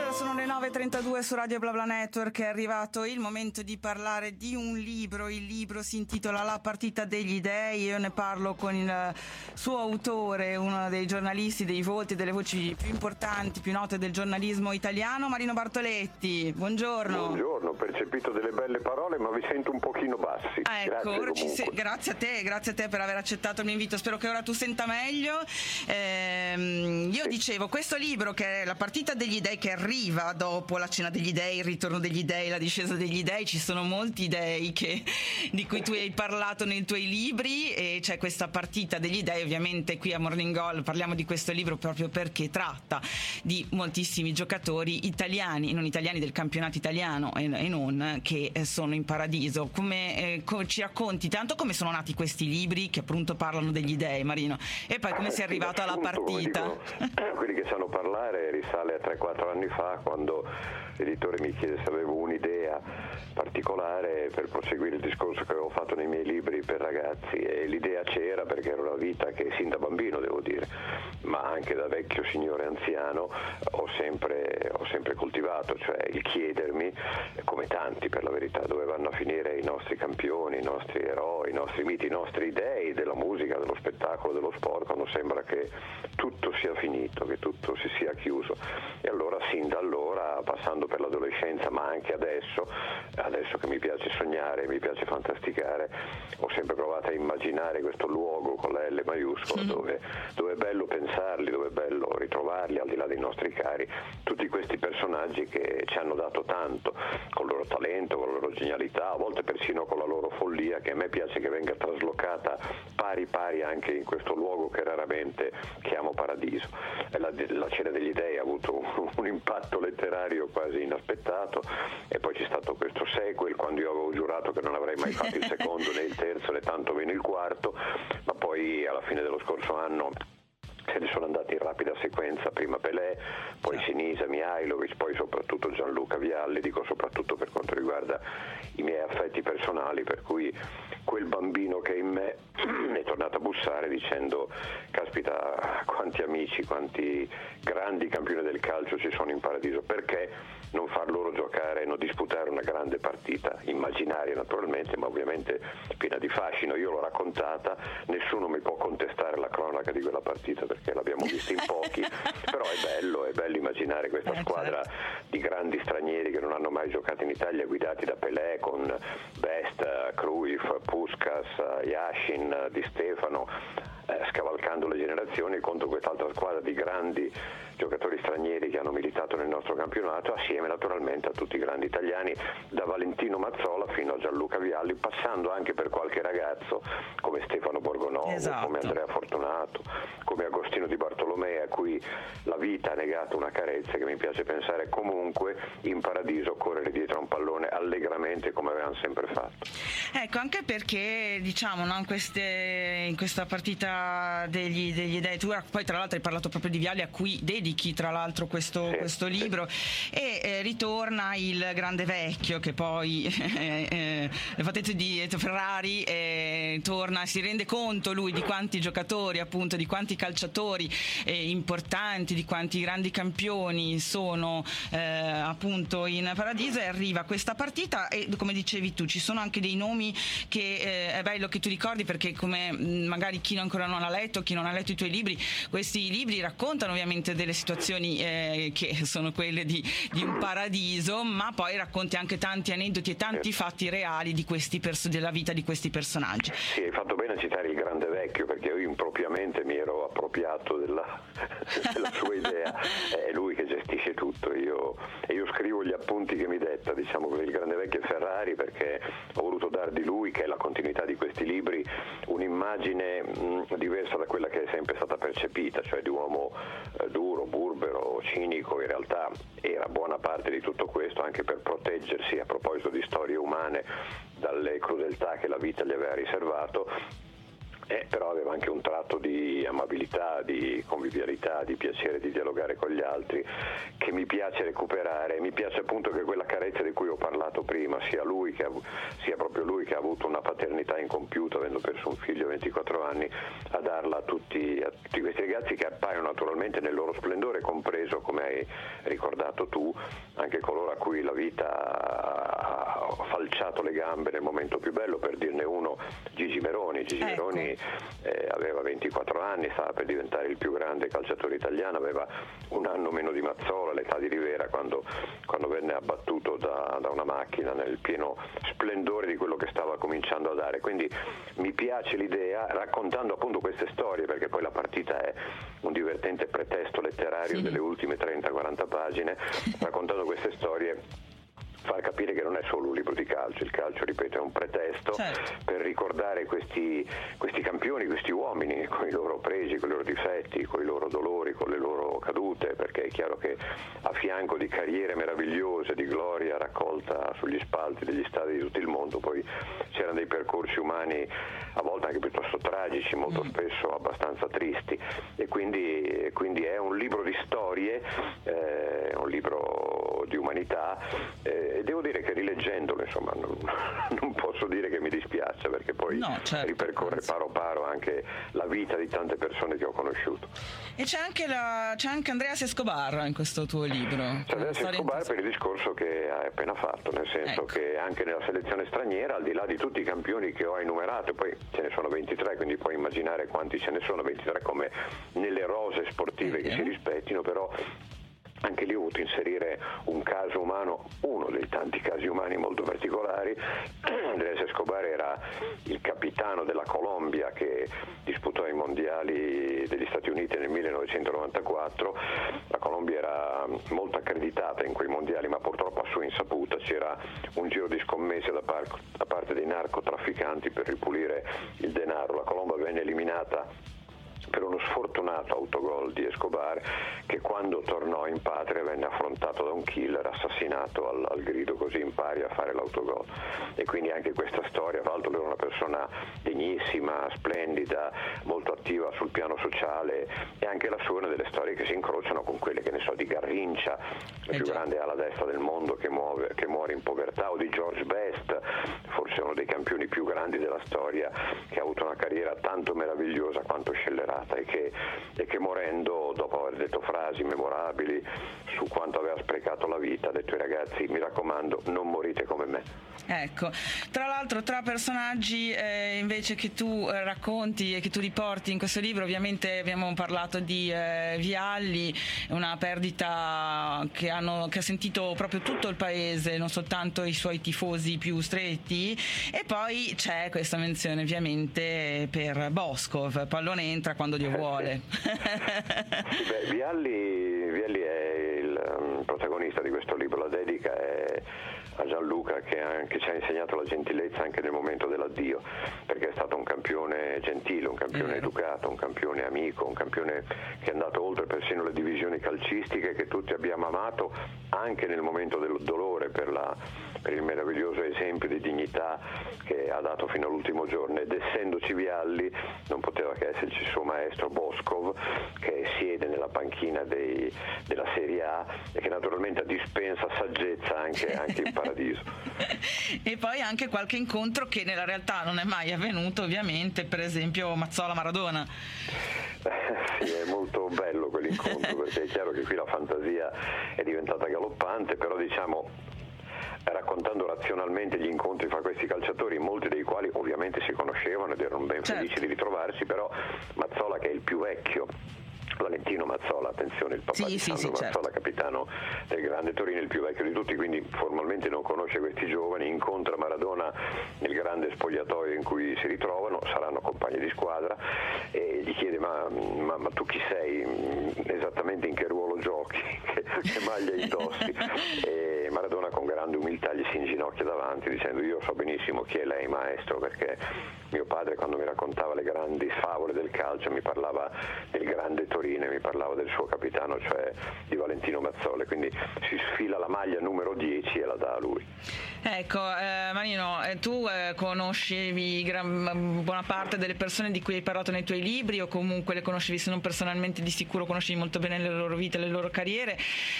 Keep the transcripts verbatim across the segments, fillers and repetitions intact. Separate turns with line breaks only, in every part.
Sono le nove e trentadue su Radio BlaBla Network. È arrivato il momento di parlare di un libro. Il libro si intitola La partita degli dei. Io ne parlo con il suo autore, uno dei giornalisti, dei volti, delle voci più importanti, più note del giornalismo italiano, Marino Bartoletti. Buongiorno.
Buongiorno, ho percepito delle belle parole, ma vi sento un pochino bassi.
Ah, ecco,
grazie,
ci se- grazie a te, grazie a te per aver accettato il mio invito. Spero che ora tu senta meglio. Ehm, io sì. dicevo, questo libro che è La partita degli dei, che arriva dopo la cena degli dei, il ritorno degli dei, la discesa degli dei, ci sono molti dei che, di cui tu hai parlato nei tuoi libri, e c'è questa partita degli dei. Ovviamente qui a Morning Goal parliamo di questo libro proprio perché tratta di moltissimi giocatori italiani, non italiani, del campionato italiano e, e non, che sono in paradiso. Come eh, co- ci racconti tanto come sono nati questi libri che appunto parlano degli dei, Marino, e poi come sei arrivato alla partita?
Dico, quelli che sanno parlare risale a tre quattro anni fa, quando l'editore mi chiese se avevo un'idea particolare per proseguire il discorso che avevo fatto nei miei libri per ragazzi, e l'idea c'era perché era una vita che sin da bambino, devo dire, ma anche da vecchio signore anziano, ho sempre, ho sempre coltivato, cioè il chiedermi, come tanti per la verità, dove vanno a finire i nostri campioni, i nostri eroi, i nostri miti, i nostri dei della musica, dello spettacolo, dello sport, quando sembra che tutto sia finito, che tutto si sia chiuso. E allora sin da allora, passando per l'adolescenza, ma anche adesso, adesso che mi piace sognare, mi piace fantasticare, ho sempre provato a immaginare questo luogo con la L maiuscola, dove, dove è bello pensarli, dove è bello ritrovarli, al di là dei nostri cari, tutti questi personaggi che ci hanno dato tanto, con il loro talento, con la loro genialità, a volte persino con la loro follia, che a me piace che venga traslocata pari pari anche in questo luogo che raramente chiamo paradiso. La, la cena degli dei ha avuto un, un impatto letterario quasi inaspettato, e poi c'è stato questo sequel, quando io avevo giurato che non avrei mai fatto il secondo né il terzo né tanto meno il quarto, ma poi alla fine dello scorso anno se ne sono andati in rapida sequenza, prima Pelé, poi Sinisa, Mihailovic, poi soprattutto Gianluca Vialli, dico soprattutto per quanto riguarda i miei affetti personali, per cui quel bambino che è in me è tornato a bussare dicendo: caspita, quanti amici, quanti grandi campioni del calcio ci sono in paradiso, perché non far loro giocare, non disputare una grande partita, immaginaria naturalmente, ma ovviamente piena di fascino. Io l'ho raccontata, nessuno mi può contestare la cronaca di quella partita perché l'abbiamo vista in pochi, però è bello, è bello immaginare questa
eh,
squadra
certo.
di grandi stranieri che non hanno mai giocato in Italia, guidati da Pelé, con Best, Cruyff, Puskas, Yashin, Di Stefano, eh, scavalcando le generazioni contro quest'altra squadra di grandi giocatori stranieri che hanno militato nel nostro campionato, assieme naturalmente a tutti i grandi italiani, da Valentino Mazzola fino a Gianluca Vialli, passando anche per qualche ragazzo come Stefano Borgonovo,
esatto.
come Andrea Fortunato, come Agostino Di Bartolomei, a cui la vita ha negato una carezza, che mi piace pensare comunque in paradiso correre dietro a un pallone allegramente come avevano sempre fatto.
Ecco, anche perché diciamo, no, in, queste, in questa partita degli, degli dei, tu poi tra l'altro hai parlato proprio di Vialli, a cui dedichi tra l'altro questo,
sì,
questo libro, sì. e eh, ritorna il grande vecchio che poi eh, eh, le fattezze di Ferrari, eh, torna, si rende conto lui di quanti giocatori, appunto di quanti calciatori eh, importanti, di quanti grandi campioni sono eh, appunto in paradiso, e arriva questa partita. E come dicevi tu, ci sono anche dei nomi che eh, è bello che tu ricordi, perché come mh, magari chi ancora non ha letto, chi non ha letto i tuoi libri, questi libri raccontano ovviamente delle situazioni eh, che sono quelle di, di un paradiso, ma poi racconti anche tanti aneddoti e tanti fatti reali di questi perso- della vita di questi personaggi.
Sì, hai fatto bene a citare il grande vecchio, perché io impropriamente mi ero appropriato della, della sua idea. È lui che gestisce tutto, io, e io scrivo gli appunti che mi detta, diciamo così. Il grande vecchio è Ferrari, perché ho voluto dar di lui, che è la continuità di questi libri, un'immagine mh, diversa da quella che è sempre stata percepita, cioè di un uomo eh, duro, burbero, cinico. In realtà era buona parte di tutto questo anche per proteggersi, a proposito di storie umane, dalle crudeltà che la vita gli aveva riservato. Eh, però aveva anche un tratto di amabilità, di convivialità, di piacere di dialogare con gli altri che mi piace recuperare. Mi piace appunto che quella carezza di cui ho parlato prima sia lui che ha, sia proprio lui che ha avuto una paternità incompiuta avendo perso un figlio a ventiquattro anni, a darla a tutti, a tutti questi ragazzi che appaiono naturalmente nel loro splendore, compreso, come hai ricordato tu, anche coloro a cui la vita ha falciato le gambe nel momento più bello. Per dirne uno, Gigi Meroni. Gigi ecco. Meroni eh, aveva ventiquattro anni, stava per diventare il più grande calciatore italiano, aveva un anno meno di Mazzola, l'età di Rivera, quando, quando venne abbattuto da, da una macchina nel pieno splendore di quello che stava cominciando a dare. Quindi mi piace l'idea, raccontando appunto queste storie, perché poi la partita è un divertente pretesto letterario sì. delle ultime trenta quaranta pagine, raccontando queste storie, far capire che non è solo un libro di calcio. Il calcio, ripeto, è un pretesto certo. per ricordare questi, questi campioni, questi uomini con i loro pregi, con i loro difetti, con i loro dolori, con le loro cadute, perché è chiaro che a fianco di carriere meravigliose, di gloria raccolta sugli spalti degli stadi di tutto il mondo, poi c'erano dei percorsi umani a volte anche piuttosto tragici, molto mm. spesso abbastanza tristi, e quindi, quindi è un libro di storie, eh, è un libro di umanità, eh, e devo dire che rileggendolo, insomma, non, non posso dire che mi dispiaccia, perché poi no, certo, ripercorre paro paro anche la vita di tante persone che ho conosciuto.
E c'è anche, la, c'è anche Andreas Escobar in questo tuo libro.
C'è Andreas Escobar per il discorso che hai appena fatto, nel senso ecco. che anche nella selezione straniera, al di là di tutti i campioni che ho enumerato, poi ce ne sono ventitré, quindi puoi immaginare quanti ce ne sono, ventitré come nelle rose sportive eh, che eh. si rispettino, però anche lì ho voluto inserire un caso umano, uno dei tanti casi umani molto particolari. Andrés Escobar era il capitano della Colombia che disputò i mondiali degli Stati Uniti nel millenovecentonovantaquattro. La Colombia era molto accreditata in quei mondiali, ma purtroppo a sua insaputa c'era un giro di scommesse da, par- da parte dei narcotrafficanti per ripulire il denaro. La Colombia venne eliminata per uno sfortunato autogol di Escobar, che quando tornò in patria venne affrontato da un killer, assassinato al, al grido "così impari a fare l'autogol". E quindi anche questa storia, tra l'altro lui era una persona degnissima, splendida, molto attiva sul piano sociale, e anche la sua è una delle storie che si incrociano con quelle, che ne so, di Garrincha, la più grande ala destra del mondo che, muove, che muore in povertà, o di George Best, forse uno dei campioni più grandi della storia, che ha avuto una carriera tanto meravigliosa quanto scellerata, e che, e che morendo, dopo aver detto frasi memorabili su quanto aveva sprecato la vita, ha detto ai ragazzi: mi raccomando, non morite come me.
Ecco, tra l'altro, tra personaggi eh, invece che tu eh, racconti e che tu riporti in questo libro, ovviamente abbiamo parlato di eh, Vialli, una perdita che, hanno, che ha sentito proprio tutto il paese, non soltanto i suoi tifosi più stretti, e poi c'è questa menzione ovviamente per Boskov, pallone entra quando Dio vuole.
Beh, Vialli, Vialli è il um, protagonista di questo libro. La dedica è a Gianluca, che, anche, ci ha insegnato la gentilezza anche nel momento dell'addio, perché è stato un campione gentile, un campione educato, un campione amico, un campione che è andato oltre persino le divisioni calcistiche, che tutti abbiamo amato anche nel momento del dolore, per, la, per il meraviglioso esempio di dignità che ha dato fino all'ultimo giorno. Ed essendoci Vialli, non poteva che esserci il suo maestro Boskov, che siede nella panchina dei, della Serie A e che naturalmente dispensa saggezza anche, anche in paradiso.
E poi anche qualche incontro che nella realtà non è mai avvenuto, ovviamente, per esempio Mazzola-Maradona.
Eh, sì, è molto bello quell'incontro, perché è chiaro che qui la fantasia è diventata galoppante, però diciamo, raccontando razionalmente gli incontri fra questi calciatori, molti dei quali ovviamente si conoscevano ed erano ben felici certo. di ritrovarsi, però Mazzola, che è il più vecchio, Valentino Mazzola, attenzione, il papà sì, di Sandro sì, sì, Mazzola, certo. capitano del Grande Torino, il più vecchio di tutti, quindi formalmente non conosce questi giovani, incontra Maradona nel grande spogliatoio in cui si ritrovano, saranno compagni di squadra, e gli chiede ma, ma, ma tu chi sei, esattamente in che ruolo giochi, che, che maglia indossi, e, Maradona con grande umiltà gli si inginocchia davanti dicendo: io so benissimo chi è lei, maestro, perché mio padre quando mi raccontava le grandi favole del calcio mi parlava del grande Torino e mi parlava del suo capitano, cioè di Valentino Mazzolle, quindi si sfila la maglia numero dieci e la dà a lui.
Ecco, eh, Marino, eh, tu eh, conoscevi gran, buona parte delle persone di cui hai parlato nei tuoi libri, o comunque le conoscevi, se non personalmente di sicuro conoscevi molto bene le loro vite, le loro carriere.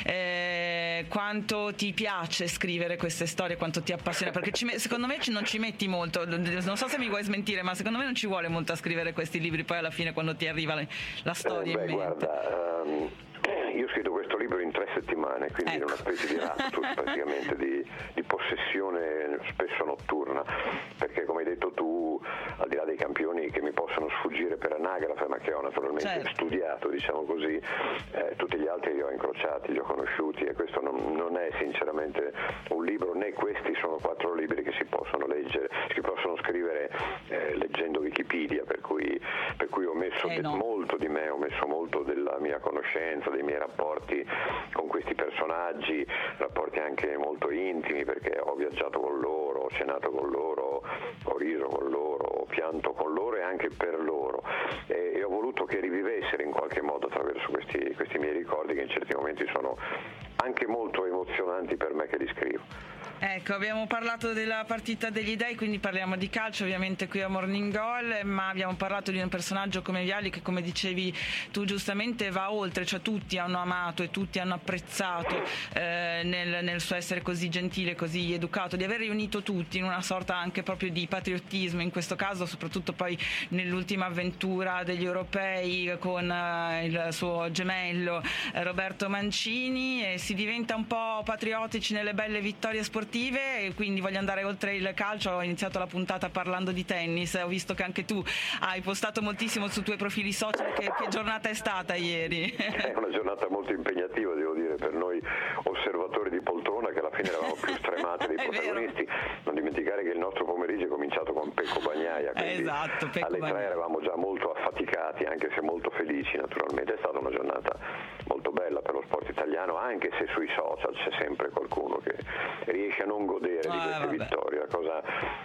Eh, quanto ti piace scrivere queste storie, quanto ti appassiona? Perché ci, secondo me non ci metti molto, non so se mi vuoi smentire, ma secondo me non ci vuole molto a scrivere questi libri, poi alla fine quando ti arriva la, la storia
eh, beh,
in mente.
Guarda, um... io ho scritto questo libro in tre settimane, quindi ecco. In una specie di raptus praticamente di, di possessione spesso notturna, perché come hai detto tu, al di là dei campioni che mi possono sfuggire per anagrafe, ma che ho naturalmente certo. studiato, diciamo così, eh, tutti gli altri li ho incrociati, li ho conosciuti, e questo non, non è sinceramente un libro, né questi sono quattro libri che si possono leggere, si possono scrivere eh, leggendo Wikipedia, per cui, per cui ho messo
eh no.
molto di me, ho messo molto della mia conoscenza, dei miei rapporti con questi personaggi, rapporti anche molto intimi, perché ho viaggiato con loro, ho cenato con loro, ho riso con loro, ho pianto con loro e anche per loro, e, e ho voluto che rivivessero in qualche modo attraverso questi, questi miei ricordi, che in certi momenti sono anche molto emozionanti per me che li scrivo.
Ecco, abbiamo parlato della partita degli dei, quindi parliamo di calcio ovviamente qui a Morning Goal, ma abbiamo parlato di un personaggio come Vialli che, come dicevi tu giustamente, va oltre, cioè tutti hanno amato e tutti hanno apprezzato eh, nel, nel suo essere così gentile, così educato, di aver riunito tutti in una sorta anche proprio di patriottismo, in questo caso soprattutto poi nell'ultima avventura degli europei con eh, il suo gemello eh, Roberto Mancini, e si diventa un po' patriottici nelle belle vittorie sportive. E quindi voglio andare oltre il calcio. Ho iniziato la puntata parlando di tennis, ho visto che anche tu hai postato moltissimo sui tuoi profili social. Che, che giornata è stata ieri?
È una giornata molto impegnativa, devo dire, per noi osservatori di poltrona, che alla fine eravamo più stremati dei protagonisti. Vero. Non dimenticare che il nostro pomeriggio è cominciato con Pecco Bagnaia, quindi
esatto, Pecco
alle tre eravamo già molto affaticati, anche se molto felici naturalmente. È stata una giornata molto bella per lo sport italiano, anche se sui social c'è sempre qualcuno che riesce a non godere ah, di queste vabbè. vittorie. La cosa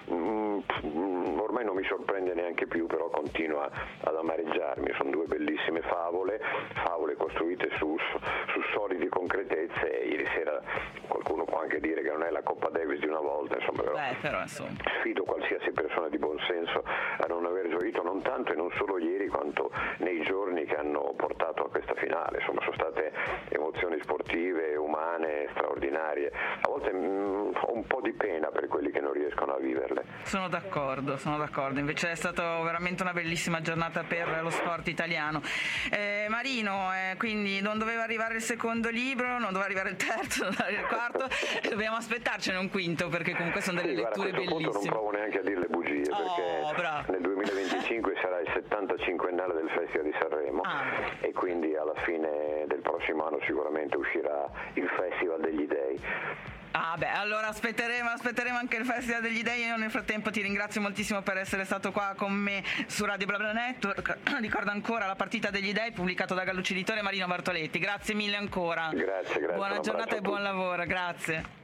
mm, ormai non mi sorprende neanche più, però continua ad amareggiarmi. Sono due bellissime favole, favole costruite su, su solide concretezze, e ieri sera qualcuno può anche dire che non è la Coppa Davis di una volta, insomma, però,
Beh, però insomma.
sfido qualsiasi persona di buon senso a non aver gioito, non tanto e non solo ieri quanto nei giorni che hanno portato a questa finale. Insomma, sono state emozioni sportive, umane, straordinarie. A volte mh, ho un po' di pena per quelli che non riescono a viverle.
Sono d'accordo, sono d'accordo. Invece è stata veramente una bellissima giornata per lo sport italiano. Eh, Marino, eh, quindi non doveva arrivare il secondo libro, non doveva arrivare il terzo, non doveva arrivare il quarto, dobbiamo aspettarcene un quinto, perché comunque sono delle sì, letture
guarda, a questo
bellissime.
Punto non provo neanche a dire le bugie,
oh,
perché
bravo.
nel duemilaventicinque sarà il settantacinquennale del Festival di Sanremo ah. e quindi alla fine del prossimo anno sicuramente uscirà il Festival degli Dei.
Ah beh, allora aspetteremo, aspetteremo anche il Festival degli Dei. Io nel frattempo ti ringrazio moltissimo per essere stato qua con me su Radio BlaBla Network. Ricordo ancora La partita degli Dei, pubblicato da Gallucci Editore, Marino Bartoletti. Grazie mille ancora.
Grazie, grazie.
Buona giornata e buon lavoro, grazie.